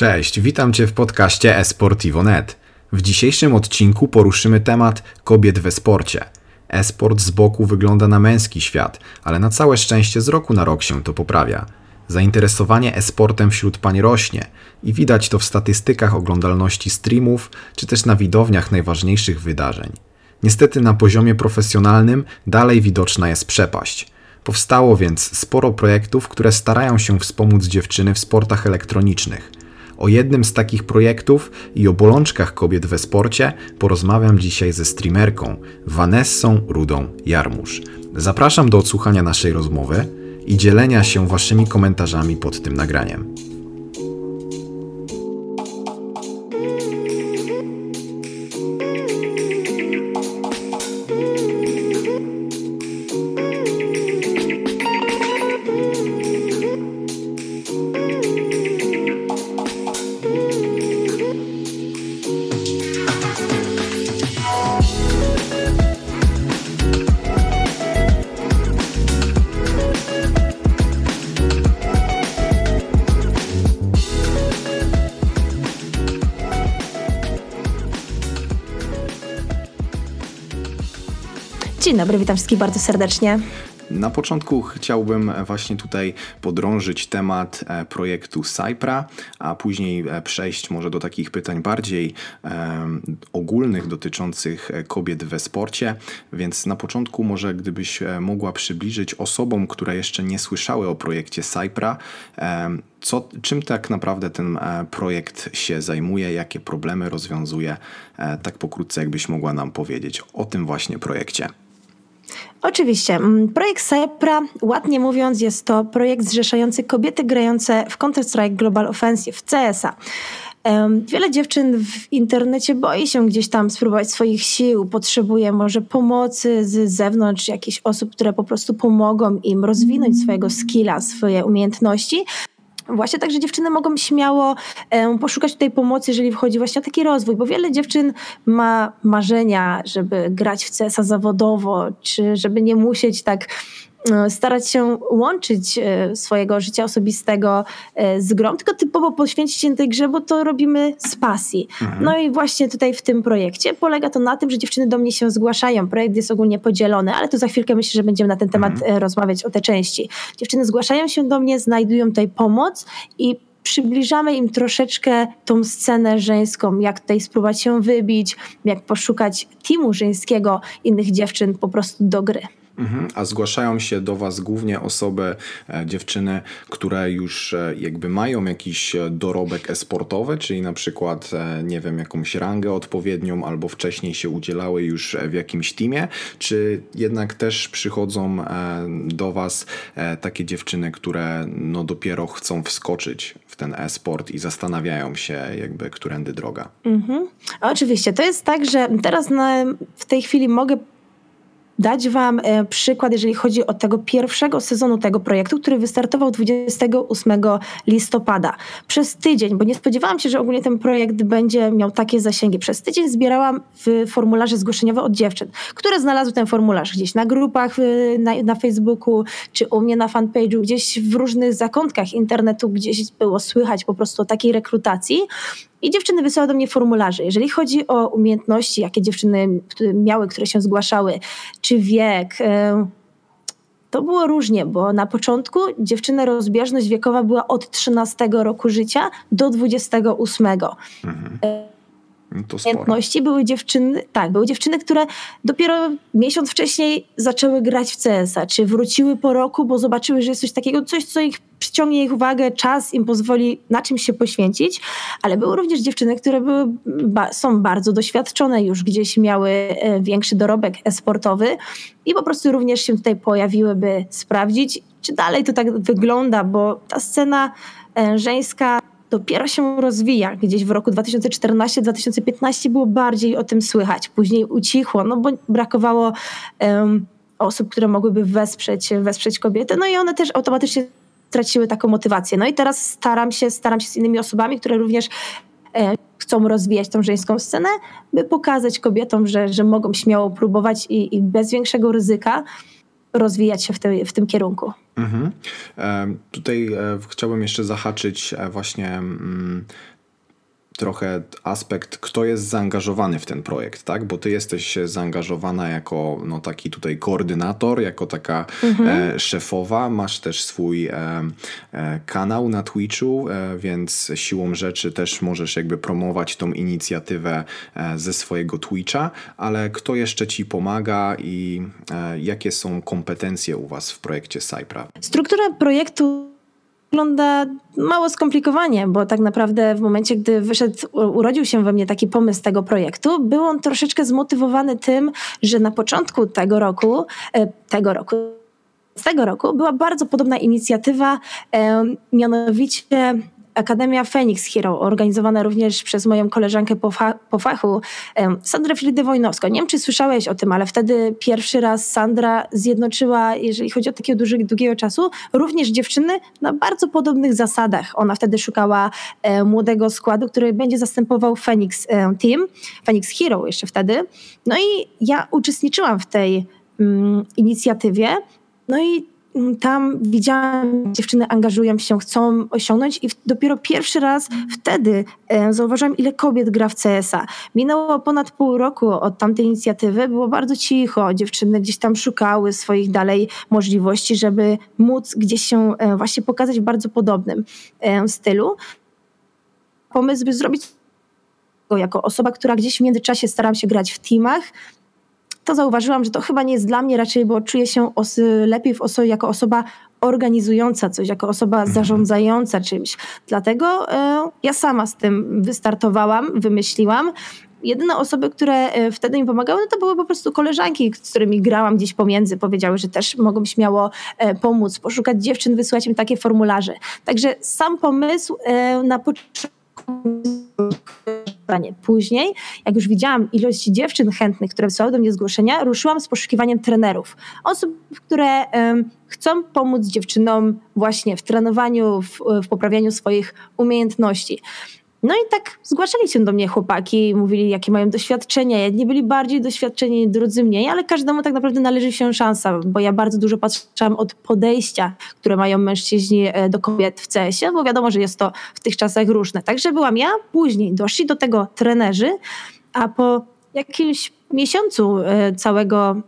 Cześć, witam Cię w podcaście eSportivo.net. W dzisiejszym odcinku poruszymy temat kobiet we sporcie. E-sport z boku wygląda na męski świat, ale na całe szczęście z roku na rok się to poprawia. Zainteresowanie e-sportem wśród pań rośnie i widać to w statystykach oglądalności streamów, czy też na widowniach najważniejszych wydarzeń. Niestety na poziomie profesjonalnym dalej widoczna jest przepaść. Powstało więc sporo projektów, które starają się wspomóc dziewczyny w sportach elektronicznych. O jednym z takich projektów i o bolączkach kobiet we sporcie porozmawiam dzisiaj ze streamerką Vanessą Rudą Jarmusz. Zapraszam do odsłuchania naszej rozmowy i dzielenia się waszymi komentarzami pod tym nagraniem. Dzień dobry, witam wszystkich bardzo serdecznie. Na początku chciałbym właśnie tutaj podrążyć temat projektu Cypra, a później przejść może do takich pytań bardziej ogólnych dotyczących kobiet we sporcie. Więc na początku może gdybyś mogła przybliżyć osobom, które jeszcze nie słyszały o projekcie Cypra, czym tak naprawdę ten projekt się zajmuje, jakie problemy rozwiązuje, tak pokrótce jakbyś mogła nam powiedzieć o tym właśnie projekcie. Oczywiście. Projekt Cypra, ładnie mówiąc, jest to projekt zrzeszający kobiety grające w Counter-Strike Global Offensive, CS-a. Wiele dziewczyn w internecie boi się gdzieś tam spróbować swoich sił, potrzebuje może pomocy z zewnątrz, jakichś osób, które po prostu pomogą im rozwinąć swojego skilla, swoje umiejętności. Właśnie także dziewczyny mogą śmiało poszukać tutaj pomocy, jeżeli chodzi właśnie o taki rozwój, bo wiele dziewczyn ma marzenia, żeby grać w CS-a zawodowo, czy żeby nie musieć tak starać się łączyć swojego życia osobistego z grą, tylko typowo poświęcić się tej grze, bo to robimy z pasji. No i właśnie tutaj w tym projekcie polega to na tym, że dziewczyny do mnie się zgłaszają. Projekt jest ogólnie podzielony, ale to za chwilkę myślę, że będziemy na ten temat rozmawiać o tej części. Dziewczyny zgłaszają się do mnie, znajdują tutaj pomoc i przybliżamy im troszeczkę tą scenę żeńską, jak tutaj spróbować się wybić, jak poszukać teamu żeńskiego, innych dziewczyn po prostu do gry. A zgłaszają się do was głównie osoby, dziewczyny, które już jakby mają jakiś dorobek e-sportowy, czyli na przykład, nie wiem, jakąś rangę odpowiednią albo wcześniej się udzielały już w jakimś teamie, czy jednak też przychodzą do was takie dziewczyny, które no dopiero chcą wskoczyć w ten e-sport i zastanawiają się jakby, którędy droga? Oczywiście, to jest tak, że teraz w tej chwili mogę dać wam przykład, jeżeli chodzi o tego pierwszego sezonu tego projektu, który wystartował 28 listopada. Przez tydzień, bo nie spodziewałam się, że ogólnie ten projekt będzie miał takie zasięgi. Przez tydzień zbierałam formularze zgłoszeniowe od dziewczyn, które znalazły ten formularz gdzieś na grupach na Facebooku, czy u mnie na fanpage'u, gdzieś w różnych zakątkach internetu, gdzieś było słychać po prostu o takiej rekrutacji. I dziewczyny wysyłały do mnie formularze. Jeżeli chodzi o umiejętności, jakie dziewczyny miały, które się zgłaszały, czy wiek, to było różnie, bo na początku dziewczyny rozbieżność wiekowa była od 13 roku życia do 28. To sporo. Umiejętności były dziewczyny, które dopiero miesiąc wcześniej zaczęły grać w CS-a, czy wróciły po roku, bo zobaczyły, że jest coś takiego, coś, co przyciągnie ich uwagę, czas im pozwoli na czymś się poświęcić, ale były również dziewczyny, które są bardzo doświadczone, już gdzieś miały większy dorobek e-sportowy i po prostu również się tutaj pojawiły, by sprawdzić, czy dalej to tak wygląda, bo ta scena żeńska dopiero się rozwija. Gdzieś w roku 2014-2015 było bardziej o tym słychać. Później ucichło, no bo brakowało osób, które mogłyby wesprzeć kobiety. No i one też automatycznie traciły taką motywację. No i teraz staram się z innymi osobami, które również chcą rozwijać tą żeńską scenę, by pokazać kobietom, że mogą śmiało próbować i bez większego ryzyka rozwijać się w tym kierunku. Mhm. Tutaj chciałbym jeszcze zahaczyć właśnie trochę aspekt, kto jest zaangażowany w ten projekt, tak? Bo ty jesteś zaangażowana jako taki tutaj koordynator, jako taka szefowa, masz też swój kanał na Twitchu, więc siłą rzeczy też możesz jakby promować tą inicjatywę ze swojego Twitcha, ale kto jeszcze ci pomaga i jakie są kompetencje u was w projekcie Cypra? Struktura projektu wygląda mało skomplikowanie, bo tak naprawdę w momencie, gdy urodził się we mnie taki pomysł tego projektu, był on troszeczkę zmotywowany tym, że na początku z tego roku była bardzo podobna inicjatywa, mianowicie Akademia Phoenix Hero, organizowana również przez moją koleżankę po fachu, Sandrę Fridę-Wojnowską. Nie wiem, czy słyszałeś o tym, ale wtedy pierwszy raz Sandra zjednoczyła, jeżeli chodzi o takiego długiego czasu, również dziewczyny na bardzo podobnych zasadach. Ona wtedy szukała młodego składu, który będzie zastępował Phoenix Team, Phoenix Hero jeszcze wtedy. No i ja uczestniczyłam w tej inicjatywie, no i tam widziałam, dziewczyny angażują się, chcą osiągnąć i dopiero pierwszy raz wtedy zauważyłam, ile kobiet gra w CS-a. Minęło ponad pół roku od tamtej inicjatywy, było bardzo cicho, dziewczyny gdzieś tam szukały swoich dalej możliwości, żeby móc gdzieś się właśnie pokazać w bardzo podobnym stylu. Pomysł, by zrobić jako osoba, która gdzieś w międzyczasie staram się grać w teamach, to zauważyłam, że to chyba nie jest dla mnie raczej, bo czuję się lepiej jako osoba organizująca coś, jako osoba zarządzająca czymś. Dlatego ja sama z tym wystartowałam, wymyśliłam. Jedyne osoby, które wtedy mi pomagały, to były po prostu koleżanki, z którymi grałam gdzieś pomiędzy. Powiedziały, że też mogą śmiało pomóc, poszukać dziewczyn, wysłać im takie formularze. Także sam pomysł na początku. Później, jak już widziałam ilość dziewczyn chętnych, które wysyłały do mnie zgłoszenia, ruszyłam z poszukiwaniem trenerów. Osób, które chcą pomóc dziewczynom właśnie w trenowaniu, w poprawianiu swoich umiejętności. No i tak zgłaszali się do mnie chłopaki, mówili, jakie mają doświadczenia. Jedni byli bardziej doświadczeni, drudzy mniej, ale każdemu tak naprawdę należy się szansa, bo ja bardzo dużo patrzyłam od podejścia, które mają mężczyźni do kobiet w CS-ie, bo wiadomo, że jest to w tych czasach różne. Także byłam ja, później doszli do tego trenerzy, a po jakimś miesiącu całego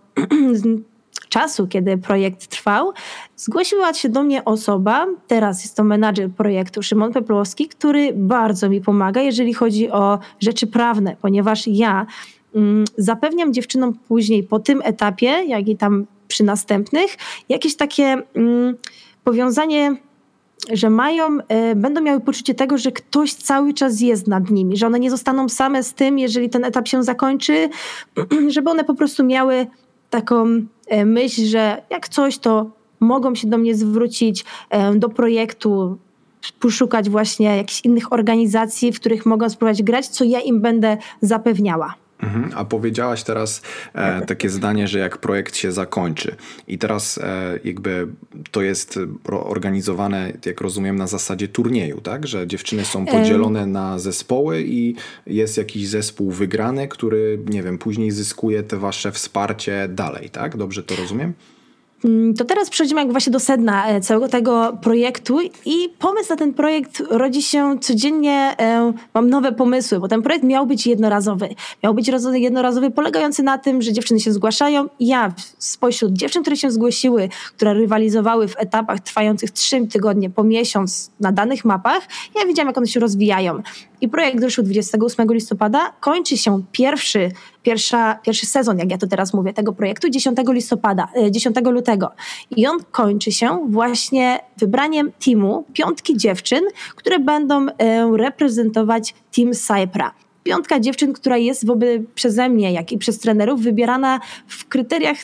czasu, kiedy projekt trwał, zgłosiła się do mnie osoba, teraz jest to menadżer projektu Szymon Peplowski, który bardzo mi pomaga, jeżeli chodzi o rzeczy prawne, ponieważ ja zapewniam dziewczynom później po tym etapie, jak i tam przy następnych, jakieś takie powiązanie, że będą miały poczucie tego, że ktoś cały czas jest nad nimi, że one nie zostaną same z tym, jeżeli ten etap się zakończy, żeby one po prostu miały taką myśl, że jak coś, to mogą się do mnie zwrócić, do projektu, poszukać właśnie jakichś innych organizacji, w których mogą spróbować grać, co ja im będę zapewniała. A powiedziałaś teraz takie zdanie, że jak projekt się zakończy i teraz jakby to jest organizowane, jak rozumiem, na zasadzie turnieju, tak? Że dziewczyny są podzielone na zespoły i jest jakiś zespół wygrany, który, nie wiem, później zyskuje te wasze wsparcie dalej, tak? Dobrze to rozumiem? To teraz przechodzimy jak właśnie do sedna całego tego projektu i pomysł na ten projekt rodzi się codziennie, mam nowe pomysły, bo ten projekt miał być jednorazowy. Miał być jednorazowy polegający na tym, że dziewczyny się zgłaszają. Ja spośród dziewczyn, które się zgłosiły, które rywalizowały w etapach trwających 3 tygodnie po miesiąc na danych mapach, ja widziałam, jak one się rozwijają. I projekt ruszył 28 listopada, kończy się pierwszy sezon, jak ja to teraz mówię, tego projektu 10 lutego. I on kończy się właśnie wybraniem teamu 5 dziewczyn, które będą reprezentować team Cypra. 5 dziewczyn, która jest przeze mnie, jak i przez trenerów, wybierana w kryteriach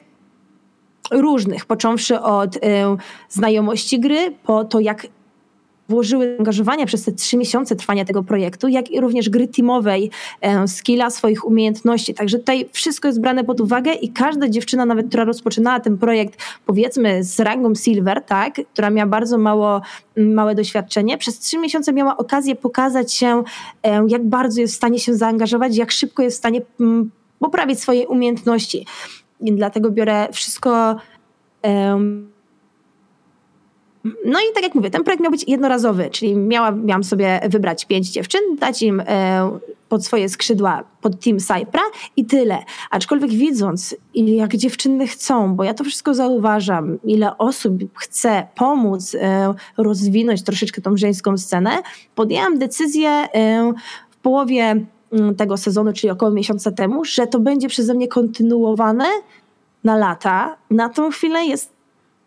różnych, począwszy od znajomości gry, po to, jak włożyły angażowania przez te 3 miesiące trwania tego projektu, jak i również gry teamowej, skilla, swoich umiejętności. Także tutaj wszystko jest brane pod uwagę i każda dziewczyna, nawet która rozpoczynała ten projekt, powiedzmy z rangą Silver, tak, która miała bardzo małe doświadczenie, przez 3 miesiące miała okazję pokazać się, jak bardzo jest w stanie się zaangażować, jak szybko jest w stanie poprawić swoje umiejętności. I dlatego biorę wszystko No i tak jak mówię, ten projekt miał być jednorazowy, czyli miałam sobie wybrać 5 dziewczyn, dać im pod swoje skrzydła, pod Team Cypra i tyle. Aczkolwiek widząc, jak dziewczyny chcą, bo ja to wszystko zauważam, ile osób chce pomóc rozwinąć troszeczkę tą żeńską scenę, podjęłam decyzję w połowie tego sezonu, czyli około miesiąca temu, że to będzie przeze mnie kontynuowane na lata. Na tą chwilę jest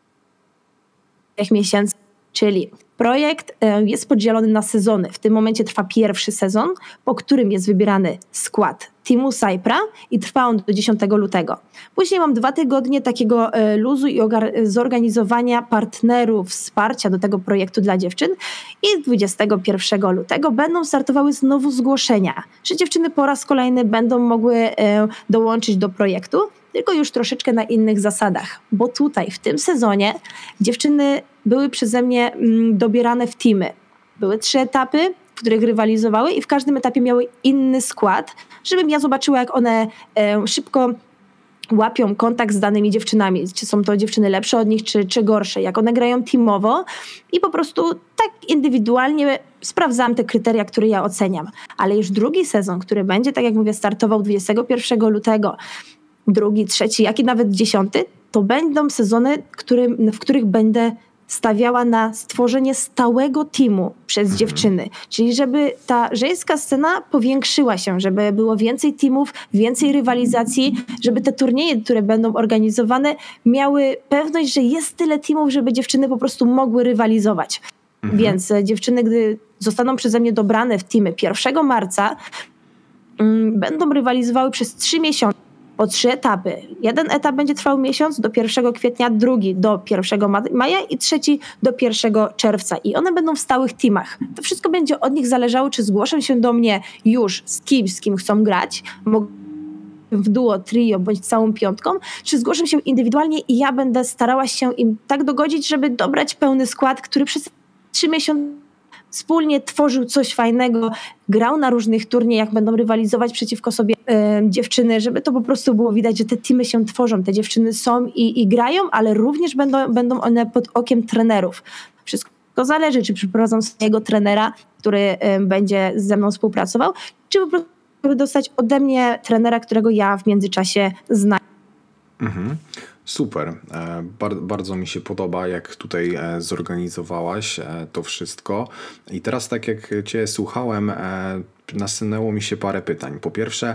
3 miesięcy, czyli projekt jest podzielony na sezony. W tym momencie trwa pierwszy sezon, po którym jest wybierany skład Teamu Cypra i trwa on do 10 lutego. Później mam 2 tygodnie takiego luzu i zorganizowania partnerów, wsparcia do tego projektu dla dziewczyn i 21 lutego będą startowały znowu zgłoszenia, że dziewczyny po raz kolejny będą mogły dołączyć do projektu, tylko już troszeczkę na innych zasadach, bo tutaj w tym sezonie dziewczyny były przeze mnie dobierane w teamy. Były 3 etapy, w których rywalizowały i w każdym etapie miały inny skład, żebym ja zobaczyła, jak one szybko łapią kontakt z danymi dziewczynami, czy są to dziewczyny lepsze od nich, czy gorsze, jak one grają teamowo i po prostu tak indywidualnie sprawdzam te kryteria, które ja oceniam. Ale już drugi sezon, który będzie, tak jak mówię, startował 21 lutego, 2., 3., jak i nawet 10, to będą sezony, w których będę stawiała na stworzenie stałego teamu przez dziewczyny. Czyli żeby ta żeńska scena powiększyła się, żeby było więcej teamów, więcej rywalizacji, żeby te turnieje, które będą organizowane, miały pewność, że jest tyle teamów, żeby dziewczyny po prostu mogły rywalizować. Więc dziewczyny, gdy zostaną przeze mnie dobrane w teamy 1 marca, będą rywalizowały przez 3 miesiące. Po 3 etapy. Jeden etap będzie trwał miesiąc do 1 kwietnia, drugi do 1 maja i trzeci do 1 czerwca. I one będą w stałych teamach. To wszystko będzie od nich zależało, czy zgłoszą się do mnie już z kim chcą grać, w duo, trio bądź całą piątką, czy zgłoszą się indywidualnie i ja będę starała się im tak dogodzić, żeby dobrać pełny skład, który przez 3 miesiące wspólnie tworzył coś fajnego, grał na różnych turniejach, będą rywalizować przeciwko sobie dziewczyny, żeby to po prostu było widać, że te teamy się tworzą, te dziewczyny są i grają, ale również będą one pod okiem trenerów. Wszystko zależy, czy przyprowadzą swojego trenera, który będzie ze mną współpracował, czy po prostu dostać ode mnie trenera, którego ja w międzyczasie znam. Super. Bardzo mi się podoba, jak tutaj zorganizowałaś to wszystko. I teraz tak jak Cię słuchałem, nasunęło mi się parę pytań. Po pierwsze,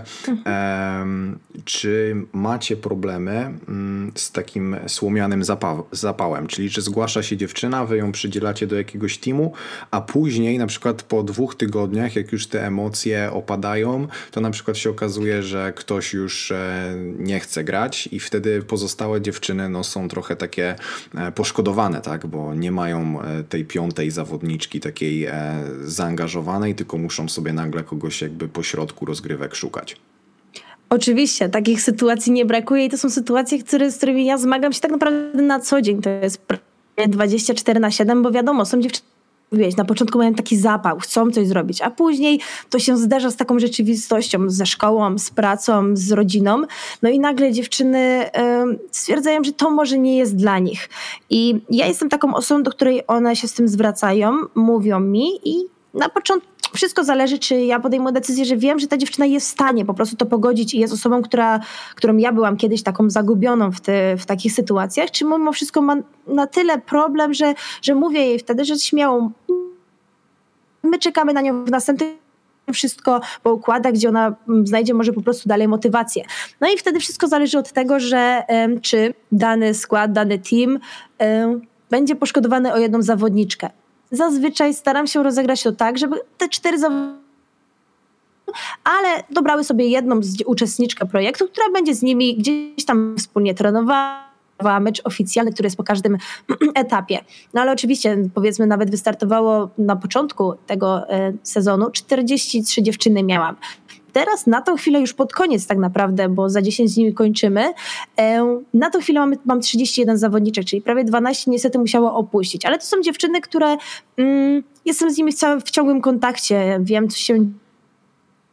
czy macie problemy z takim słomianym zapałem? Czyli czy zgłasza się dziewczyna, wy ją przydzielacie do jakiegoś teamu, a później na przykład po 2 tygodniach, jak już te emocje opadają, to na przykład się okazuje, że ktoś już nie chce grać i wtedy pozostałe dziewczyny są trochę takie poszkodowane, tak? Bo nie mają tej 5. zawodniczki takiej zaangażowanej, tylko muszą sobie nagle kogoś jakby po środku rozgrywek szukać. Oczywiście, takich sytuacji nie brakuje i to są sytuacje, z którymi ja zmagam się tak naprawdę na co dzień. To jest 24/7, bo wiadomo, są dziewczyny, na początku mają taki zapał, chcą coś zrobić, a później to się zderza z taką rzeczywistością, ze szkołą, z pracą, z rodziną. No i nagle dziewczyny stwierdzają, że to może nie jest dla nich. I ja jestem taką osobą, do której one się z tym zwracają, mówią mi i na początku wszystko zależy, czy ja podejmę decyzję, że wiem, że ta dziewczyna jest w stanie po prostu to pogodzić i jest osobą, którą ja byłam kiedyś taką zagubioną w takich sytuacjach, czy mimo wszystko ma na tyle problem, że mówię jej wtedy, że śmiało, my czekamy na nią w następnym, wszystko poukłada, gdzie ona znajdzie może po prostu dalej motywację. No i wtedy wszystko zależy od tego, że czy dany skład, dany team będzie poszkodowany o jedną zawodniczkę. Zazwyczaj staram się rozegrać to tak, żeby te 4 zawodniczki, ale dobrały sobie jedną uczestniczkę projektu, która będzie z nimi gdzieś tam wspólnie trenowała, mecz oficjalny, który jest po każdym etapie. No ale oczywiście, powiedzmy, nawet wystartowało na początku tego sezonu 43 dziewczyny miałam. Teraz na tą chwilę już pod koniec tak naprawdę, bo za 10 dni kończymy, na tą chwilę mam 31 zawodniczek, czyli prawie 12 niestety musiało opuścić. Ale to są dziewczyny, które jestem z nimi w ciągłym kontakcie, wiem co się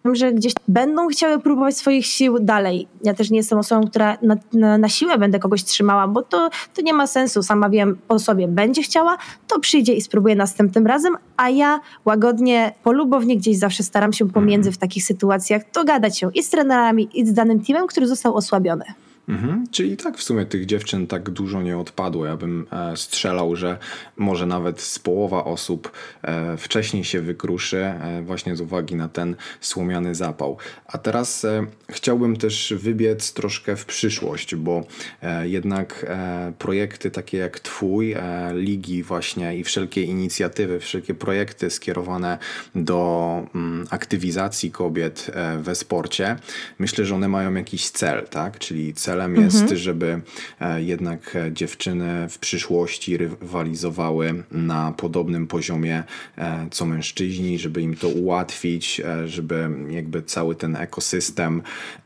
że gdzieś będą chciały próbować swoich sił dalej. Ja też nie jestem osobą, która na siłę będę kogoś trzymała, bo to nie ma sensu. Sama wiem po sobie, będzie chciała, to przyjdzie i spróbuje następnym razem, a ja łagodnie, polubownie gdzieś zawsze staram się pomiędzy w takich sytuacjach dogadać się i z trenerami, i z danym teamem, który został osłabiony. Czyli tak w sumie tych dziewczyn tak dużo nie odpadło. Ja bym strzelał, że może nawet z połowa osób wcześniej się wykruszy właśnie z uwagi na ten słomiany zapał. A teraz chciałbym też wybiec troszkę w przyszłość, bo jednak projekty takie jak twój, ligi właśnie i wszelkie inicjatywy, wszelkie projekty skierowane do aktywizacji kobiet we sporcie, myślę, że one mają jakiś cel, tak? Czyli celem jest, żeby jednak dziewczyny w przyszłości rywalizowały na podobnym poziomie co mężczyźni, żeby im to ułatwić, żeby jakby cały ten ekosystem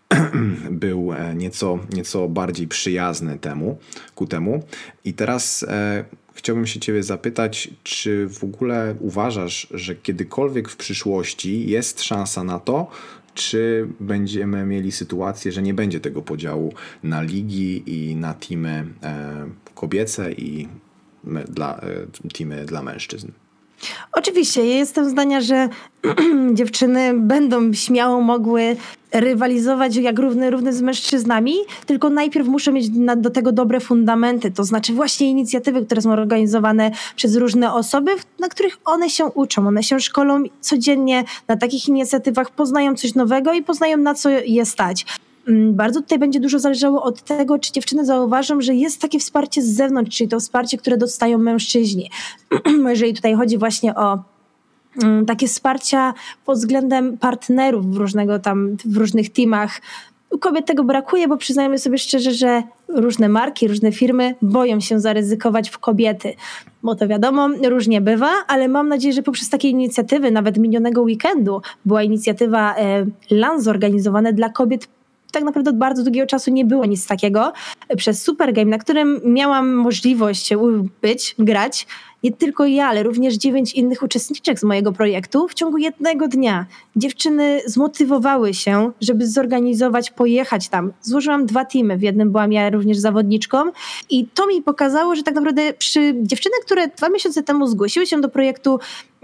był nieco bardziej przyjazny ku temu. I teraz chciałbym się ciebie zapytać, czy w ogóle uważasz, że kiedykolwiek w przyszłości jest szansa na to, czy będziemy mieli sytuację, że nie będzie tego podziału na ligi i na teamy kobiece i teamy dla mężczyzn? Oczywiście, ja jestem zdania, że dziewczyny będą śmiało mogły rywalizować jak równy z mężczyznami, tylko najpierw muszą mieć do tego dobre fundamenty, to znaczy właśnie inicjatywy, które są organizowane przez różne osoby, na których one się uczą, one się szkolą codziennie na takich inicjatywach, poznają coś nowego i poznają, na co je stać. Bardzo tutaj będzie dużo zależało od tego, czy dziewczyny zauważą, że jest takie wsparcie z zewnątrz, czyli to wsparcie, które dostają mężczyźni. Jeżeli tutaj chodzi właśnie o takie wsparcia pod względem partnerów w różnych teamach, u kobiet tego brakuje, bo przyznajmy sobie szczerze, że różne marki, różne firmy boją się zaryzykować w kobiety. Bo to wiadomo, różnie bywa, ale mam nadzieję, że poprzez takie inicjatywy, nawet minionego weekendu, była inicjatywa LAN zorganizowane dla kobiet. Tak naprawdę od bardzo długiego czasu nie było nic takiego. Przez Super Game, na którym miałam możliwość grać, nie tylko ja, ale również 9 innych uczestniczek z mojego projektu w ciągu jednego dnia. Dziewczyny zmotywowały się, żeby zorganizować, pojechać tam. Złożyłam 2 teamy, w jednym byłam ja również zawodniczką i to mi pokazało, że tak naprawdę dziewczyny, które 2 miesiące temu zgłosiły się do projektu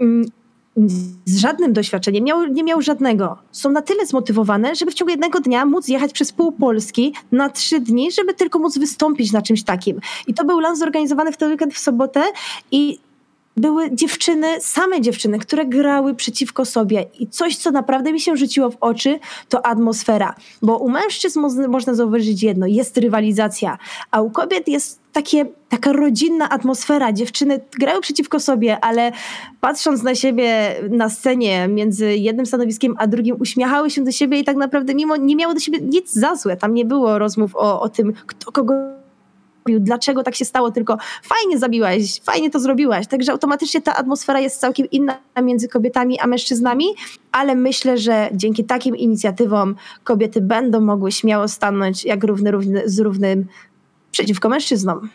z żadnym doświadczeniem, nie miał żadnego. Są na tyle zmotywowane, żeby w ciągu jednego dnia móc jechać przez pół Polski na 3 dni, żeby tylko móc wystąpić na czymś takim. I to był LAN zorganizowany w ten weekend w sobotę i były same dziewczyny, które grały przeciwko sobie i coś, co naprawdę mi się rzuciło w oczy, to atmosfera. Bo u mężczyzn można zauważyć jedno, jest rywalizacja, a u kobiet jest taka rodzinna atmosfera. Dziewczyny grają przeciwko sobie, ale patrząc na siebie na scenie między jednym stanowiskiem a drugim, uśmiechały się do siebie i tak naprawdę nie miały do siebie nic za złe. Tam nie było rozmów o tym, kto kogo dlaczego tak się stało, tylko fajnie zabiłaś, fajnie to zrobiłaś. Także automatycznie ta atmosfera jest całkiem inna między kobietami a mężczyznami, ale myślę, że dzięki takim inicjatywom kobiety będą mogły śmiało stanąć jak równym przeciwko mężczyznom.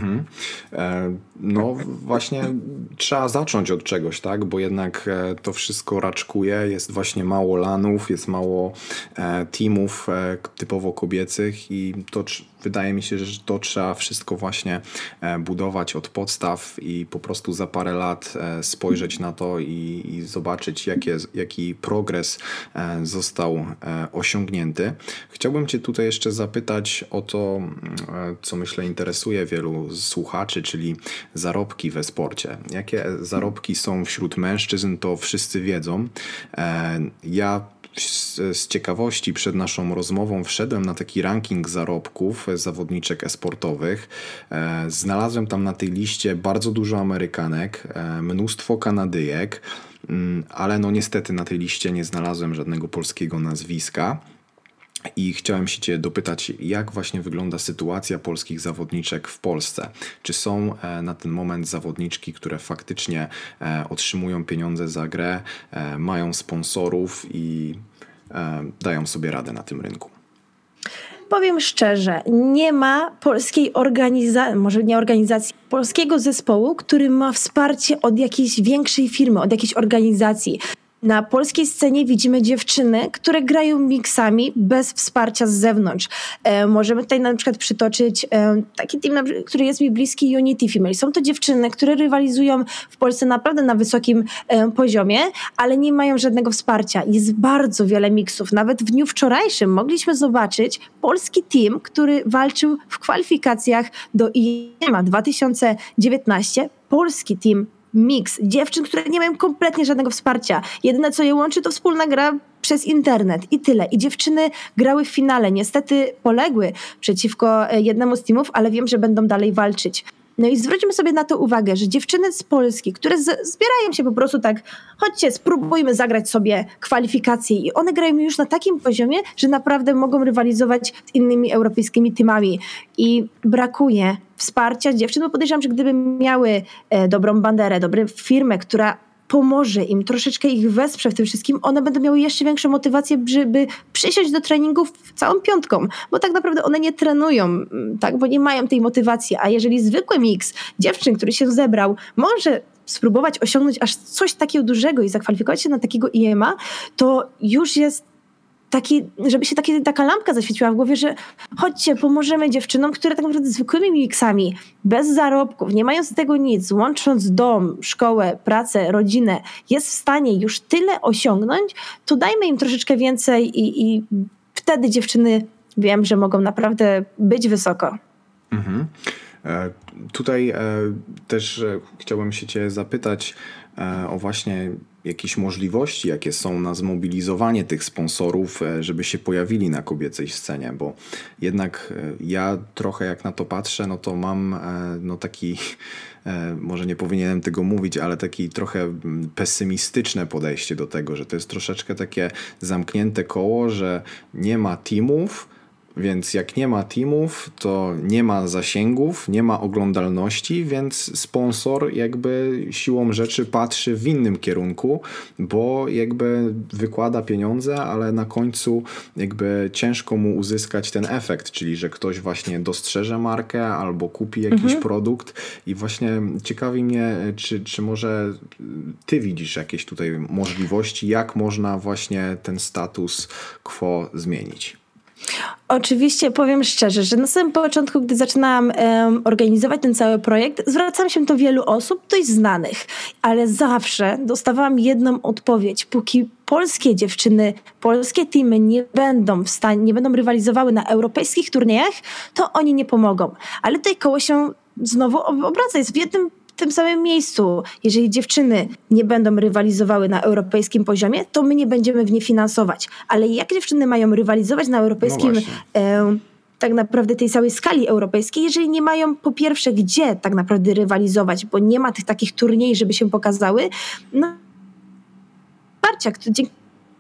No właśnie trzeba zacząć od czegoś, tak? Bo jednak to wszystko raczkuje, jest właśnie mało lanów, jest mało teamów typowo kobiecych i to wydaje mi się, że to trzeba wszystko właśnie budować od podstaw i po prostu za parę lat spojrzeć na to i zobaczyć, jaki progres został osiągnięty. Chciałbym cię tutaj jeszcze zapytać o to, co myślę interesuje wielu słuchaczy, czyli zarobki we sporcie. Jakie zarobki są wśród mężczyzn, to wszyscy wiedzą. Ja z ciekawości przed naszą rozmową wszedłem na taki ranking zarobków zawodniczek e-sportowych. Znalazłem tam na tej liście bardzo dużo Amerykanek, mnóstwo Kanadyjek, ale no niestety na tej liście nie znalazłem żadnego polskiego nazwiska. I chciałem się cię dopytać, jak właśnie wygląda sytuacja polskich zawodniczek w Polsce? Czy są na ten moment zawodniczki, które faktycznie otrzymują pieniądze za grę, mają sponsorów i dają sobie radę na tym rynku? Powiem szczerze, nie ma polskiej polskiego zespołu, który ma wsparcie od jakiejś większej firmy, od jakiejś organizacji. Na polskiej scenie widzimy dziewczyny, które grają miksami bez wsparcia z zewnątrz. Możemy tutaj na przykład przytoczyć taki team, który jest mi bliski, Unity Female. Są to dziewczyny, które rywalizują w Polsce naprawdę na wysokim poziomie, ale nie mają żadnego wsparcia. Jest bardzo wiele miksów. Nawet w dniu wczorajszym mogliśmy zobaczyć polski team, który walczył w kwalifikacjach do IEM 2019. Polski team miks dziewczyn, które nie mają kompletnie żadnego wsparcia. Jedyne, co je łączy, to wspólna gra przez internet i tyle. I dziewczyny grały w finale. Niestety poległy przeciwko jednemu z teamów, ale wiem, że będą dalej walczyć. No i zwróćmy sobie na to uwagę, że dziewczyny z Polski, które zbierają się po prostu tak, chodźcie, spróbujmy zagrać sobie kwalifikacje i one grają już na takim poziomie, że naprawdę mogą rywalizować z innymi europejskimi teamami i brakuje wsparcia dziewczyn, bo podejrzewam, że gdyby miały dobrą banderę, dobrą firmę, która pomoże im, troszeczkę ich wesprze w tym wszystkim, one będą miały jeszcze większą motywację, żeby przysiąść do treningów całą piątką, bo tak naprawdę one nie trenują, tak, bo nie mają tej motywacji, a jeżeli zwykły miks dziewczyn, który się zebrał, może spróbować osiągnąć aż coś takiego dużego i zakwalifikować się na takiego IEM-a, to już jest żeby się taka lampka zaświeciła w głowie, że chodźcie, pomożemy dziewczynom, które tak naprawdę zwykłymi miksami, bez zarobków, nie mając z tego nic, łącząc dom, szkołę, pracę, rodzinę, jest w stanie już tyle osiągnąć, to dajmy im troszeczkę więcej i wtedy dziewczyny wiem, że mogą naprawdę być wysoko. Mhm. Tutaj też chciałbym się cię zapytać o właśnie jakieś możliwości, jakie są na zmobilizowanie tych sponsorów, żeby się pojawili na kobiecej scenie, bo jednak ja trochę jak na to patrzę, no to mam taki, może nie powinienem tego mówić, ale taki trochę pesymistyczne podejście do tego, że to jest troszeczkę takie zamknięte koło, że nie ma teamów, więc jak nie ma teamów, to nie ma zasięgów, nie ma oglądalności, więc sponsor jakby siłą rzeczy patrzy w innym kierunku, bo jakby wykłada pieniądze, ale na końcu jakby ciężko mu uzyskać ten efekt, czyli że ktoś właśnie dostrzeże markę albo kupi jakiś produkt i właśnie ciekawi mnie, czy może ty widzisz jakieś tutaj możliwości, jak można właśnie ten status quo zmienić? Oczywiście powiem szczerze, że na samym początku, gdy zaczynałam organizować ten cały projekt, zwracałam się do wielu osób, dość znanych, ale zawsze dostawałam jedną odpowiedź. Póki polskie dziewczyny, polskie teamy nie będą w stanie, nie będą rywalizowały na europejskich turniejach, to oni nie pomogą. Ale tutaj koło się znowu obraca, jest w tym samym miejscu. Jeżeli dziewczyny nie będą rywalizowały na europejskim poziomie, to my nie będziemy w nie finansować. Ale jak dziewczyny mają rywalizować na europejskim, tak naprawdę tej całej skali europejskiej, jeżeli nie mają po pierwsze gdzie tak naprawdę rywalizować, bo nie ma tych takich turniejów, żeby się pokazały, no wsparcia, dzięki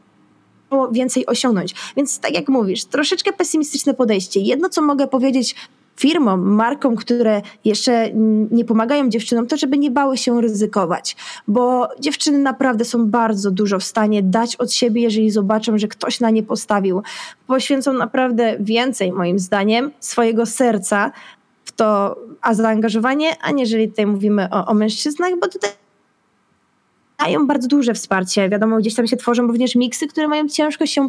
więcej osiągnąć. Więc tak jak mówisz, troszeczkę pesymistyczne podejście. Jedno, co mogę powiedzieć firmom, markom, które jeszcze nie pomagają dziewczynom, to żeby nie bały się ryzykować, bo dziewczyny naprawdę są bardzo dużo w stanie dać od siebie, jeżeli zobaczą, że ktoś na nie postawił. Poświęcą naprawdę więcej, moim zdaniem, swojego serca w to, a zaangażowanie, aniżeli tutaj mówimy o mężczyznach, bo tutaj dają bardzo duże wsparcie. Wiadomo, gdzieś tam się tworzą również miksy, które mają ciężko się...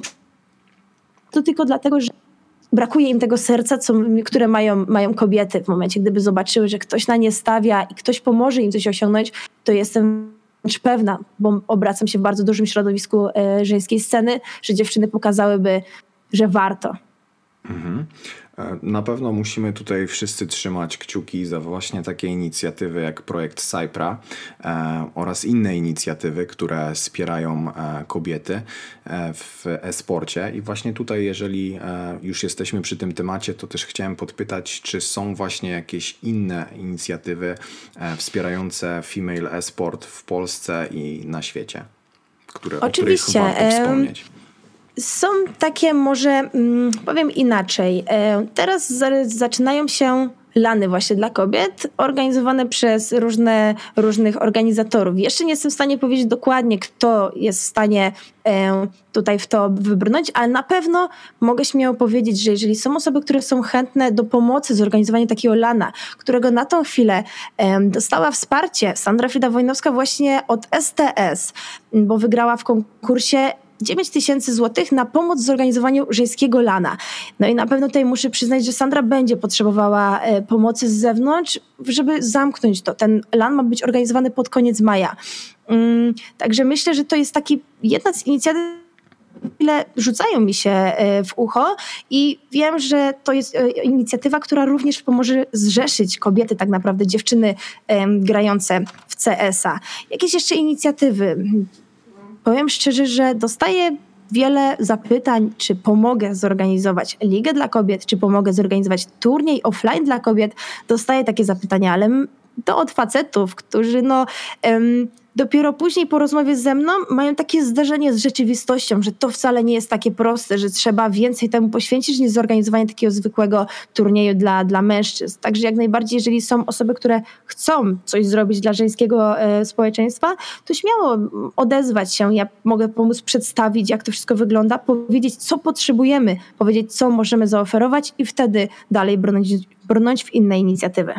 To tylko dlatego, że brakuje im tego serca, które mają kobiety w momencie, gdyby zobaczyły, że ktoś na nie stawia i ktoś pomoże im coś osiągnąć, to jestem pewna, bo obracam się w bardzo dużym środowisku żeńskiej sceny, że dziewczyny pokazałyby, że warto. Mhm. Na pewno musimy tutaj wszyscy trzymać kciuki za właśnie takie inicjatywy jak projekt Cypra oraz inne inicjatywy, które wspierają kobiety w e-sporcie. I właśnie tutaj, jeżeli już jesteśmy przy tym temacie, to też chciałem podpytać, czy są właśnie jakieś inne inicjatywy wspierające female e-sport w Polsce i na świecie, o których warto wspomnieć. Są takie może, powiem inaczej, teraz zaczynają się lany właśnie dla kobiet organizowane przez różnych organizatorów. Jeszcze nie jestem w stanie powiedzieć dokładnie, kto jest w stanie tutaj w to wybrnąć, ale na pewno mogę śmiało powiedzieć, że jeżeli są osoby, które są chętne do pomocy w zorganizowaniu takiego lana, którego na tą chwilę dostała wsparcie Sandra Frida-Wojnowska właśnie od STS, bo wygrała w konkursie 9 000 złotych na pomoc w zorganizowaniu żeńskiego lana. No i na pewno tutaj muszę przyznać, że Sandra będzie potrzebowała pomocy z zewnątrz, żeby zamknąć to. Ten lan ma być organizowany pod koniec maja. Także myślę, że to jest jedna z inicjatyw, które rzucają mi się w ucho i wiem, że to jest inicjatywa, która również pomoże zrzeszyć kobiety, tak naprawdę dziewczyny grające w CS-a. Jakieś jeszcze inicjatywy? Powiem szczerze, że dostaję wiele zapytań, czy pomogę zorganizować ligę dla kobiet, czy pomogę zorganizować turniej offline dla kobiet. Dostaję takie zapytania, ale to od facetów, którzy dopiero później po rozmowie ze mną mają takie zderzenie z rzeczywistością, że to wcale nie jest takie proste, że trzeba więcej temu poświęcić niż zorganizowanie takiego zwykłego turnieju dla mężczyzn. Także jak najbardziej, jeżeli są osoby, które chcą coś zrobić dla żeńskiego społeczeństwa, to śmiało odezwać się. Ja mogę pomóc przedstawić, jak to wszystko wygląda, powiedzieć, co potrzebujemy, powiedzieć, co możemy zaoferować i wtedy dalej brnąć w inne inicjatywy.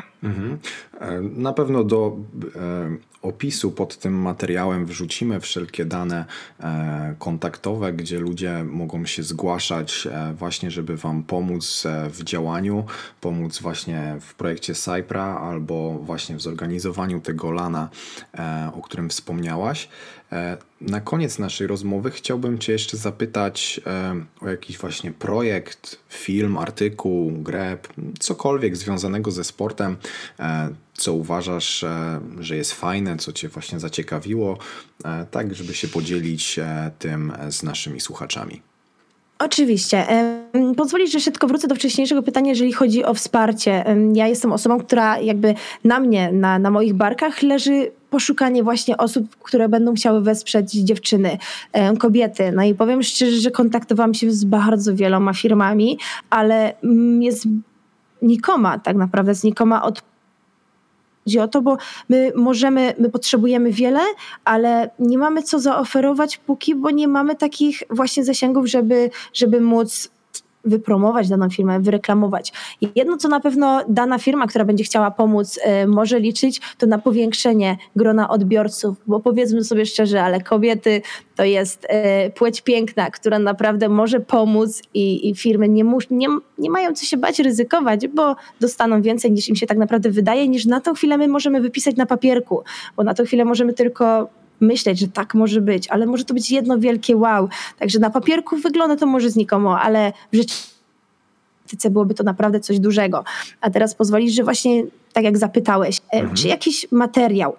Na pewno do opisu pod tym materiałem wrzucimy wszelkie dane kontaktowe, gdzie ludzie mogą się zgłaszać właśnie, żeby wam pomóc w działaniu, pomóc właśnie w projekcie Cypra albo właśnie w zorganizowaniu tego lana, o którym wspomniałaś. Na koniec naszej rozmowy chciałbym cię jeszcze zapytać o jakiś właśnie projekt, film, artykuł, grę, cokolwiek związanego ze sportem, co uważasz, że jest fajne, co cię właśnie zaciekawiło, tak żeby się podzielić tym z naszymi słuchaczami. Oczywiście. Pozwolisz, że szybko wrócę do wcześniejszego pytania, jeżeli chodzi o wsparcie. Ja jestem osobą, która jakby na mnie, na moich barkach leży poszukanie właśnie osób, które będą chciały wesprzeć dziewczyny, kobiety. No i powiem szczerze, że kontaktowałam się z bardzo wieloma firmami, ale jest tak naprawdę z nikoma chodzi o to, bo my potrzebujemy wiele, ale nie mamy co zaoferować bo nie mamy takich właśnie zasięgów, żeby móc wypromować daną firmę, wyreklamować. I jedno, co na pewno dana firma, która będzie chciała pomóc, może liczyć, to na powiększenie grona odbiorców, bo powiedzmy sobie szczerze, ale kobiety to jest płeć piękna, która naprawdę może pomóc i firmy nie mają co się bać ryzykować, bo dostaną więcej niż im się tak naprawdę wydaje, niż na tą chwilę my możemy wypisać na papierku, bo na tą chwilę możemy tylko myśleć, że tak może być, ale może to być jedno wielkie wow. Także na papierku wygląda to może znikomo, ale w rzeczywistości byłoby to naprawdę coś dużego. A teraz pozwolisz, że właśnie tak jak zapytałeś, czy jakiś materiał.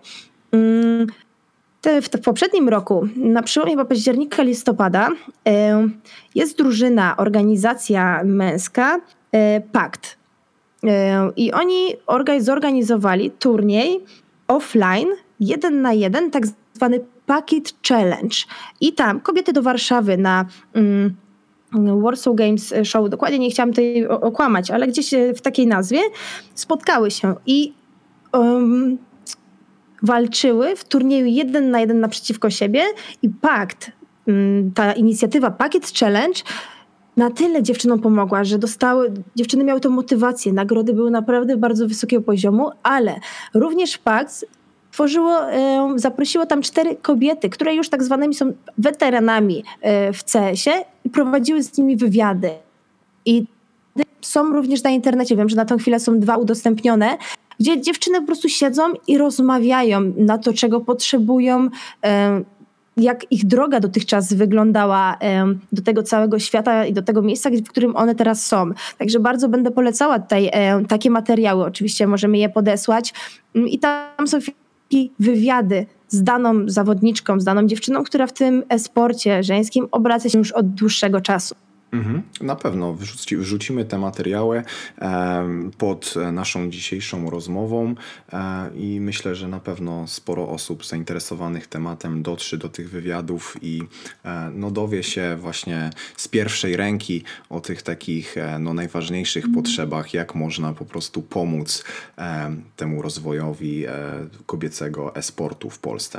W poprzednim roku, na przełomie chyba października, listopada, jest drużyna, organizacja męska Pakt. I oni zorganizowali turniej offline 1 na 1, tak zwany Packet Challenge. I tam kobiety do Warszawy na Warsaw Games Show, dokładnie nie chciałam tutaj okłamać, ale gdzieś w takiej nazwie, spotkały się i walczyły w turnieju 1 na 1 naprzeciwko siebie i Pakt, ta inicjatywa Packet Challenge na tyle dziewczynom pomogła, że dziewczyny miały tą motywację, nagrody były naprawdę bardzo wysokiego poziomu, ale również Pakt zaprosiło tam 4 kobiety, które już tak zwanymi są weteranami w CS-ie i prowadziły z nimi wywiady. I są również na internecie, wiem, że na tą chwilę są 2 udostępnione, gdzie dziewczyny po prostu siedzą i rozmawiają na to, czego potrzebują, jak ich droga dotychczas wyglądała do tego całego świata i do tego miejsca, w którym one teraz są. Także bardzo będę polecała tutaj takie materiały. Oczywiście możemy je podesłać i tam są wywiady z daną zawodniczką, z daną dziewczyną, która w tym e-sporcie żeńskim obraca się już od dłuższego czasu. Na pewno wrzucimy te materiały pod naszą dzisiejszą rozmową i myślę, że na pewno sporo osób zainteresowanych tematem dotrze do tych wywiadów i dowie się właśnie z pierwszej ręki o tych takich najważniejszych potrzebach, jak można po prostu pomóc temu rozwojowi kobiecego e-sportu w Polsce.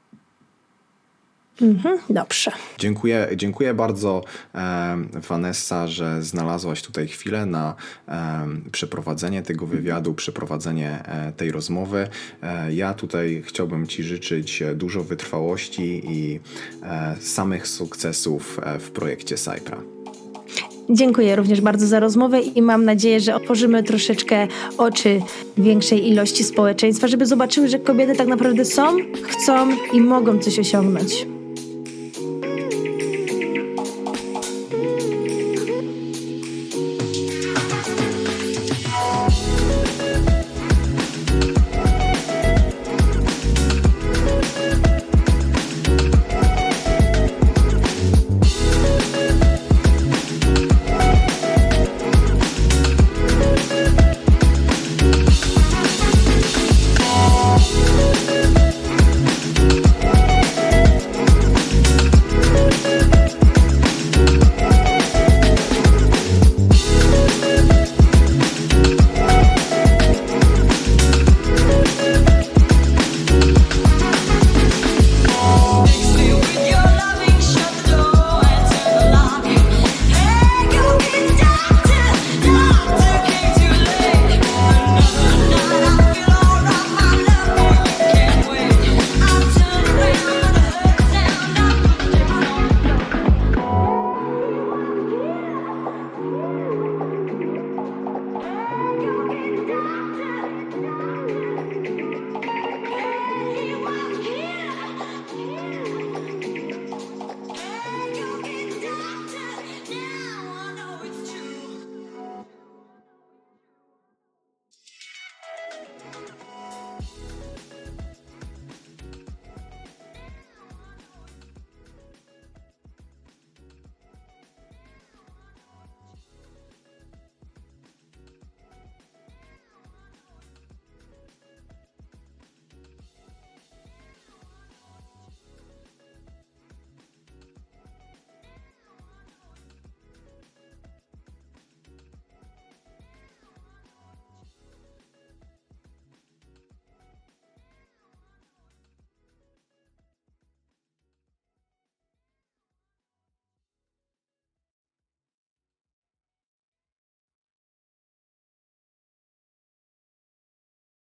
Dobrze. Dziękuję bardzo, Vanessa, że znalazłaś tutaj chwilę na przeprowadzenie tego wywiadu, przeprowadzenie tej rozmowy. Ja tutaj chciałbym Ci życzyć dużo wytrwałości i samych sukcesów w projekcie Cypra. Dziękuję również bardzo za rozmowę i mam nadzieję, że otworzymy troszeczkę oczy większej ilości społeczeństwa, żeby zobaczyły, że kobiety tak naprawdę są, chcą i mogą coś osiągnąć.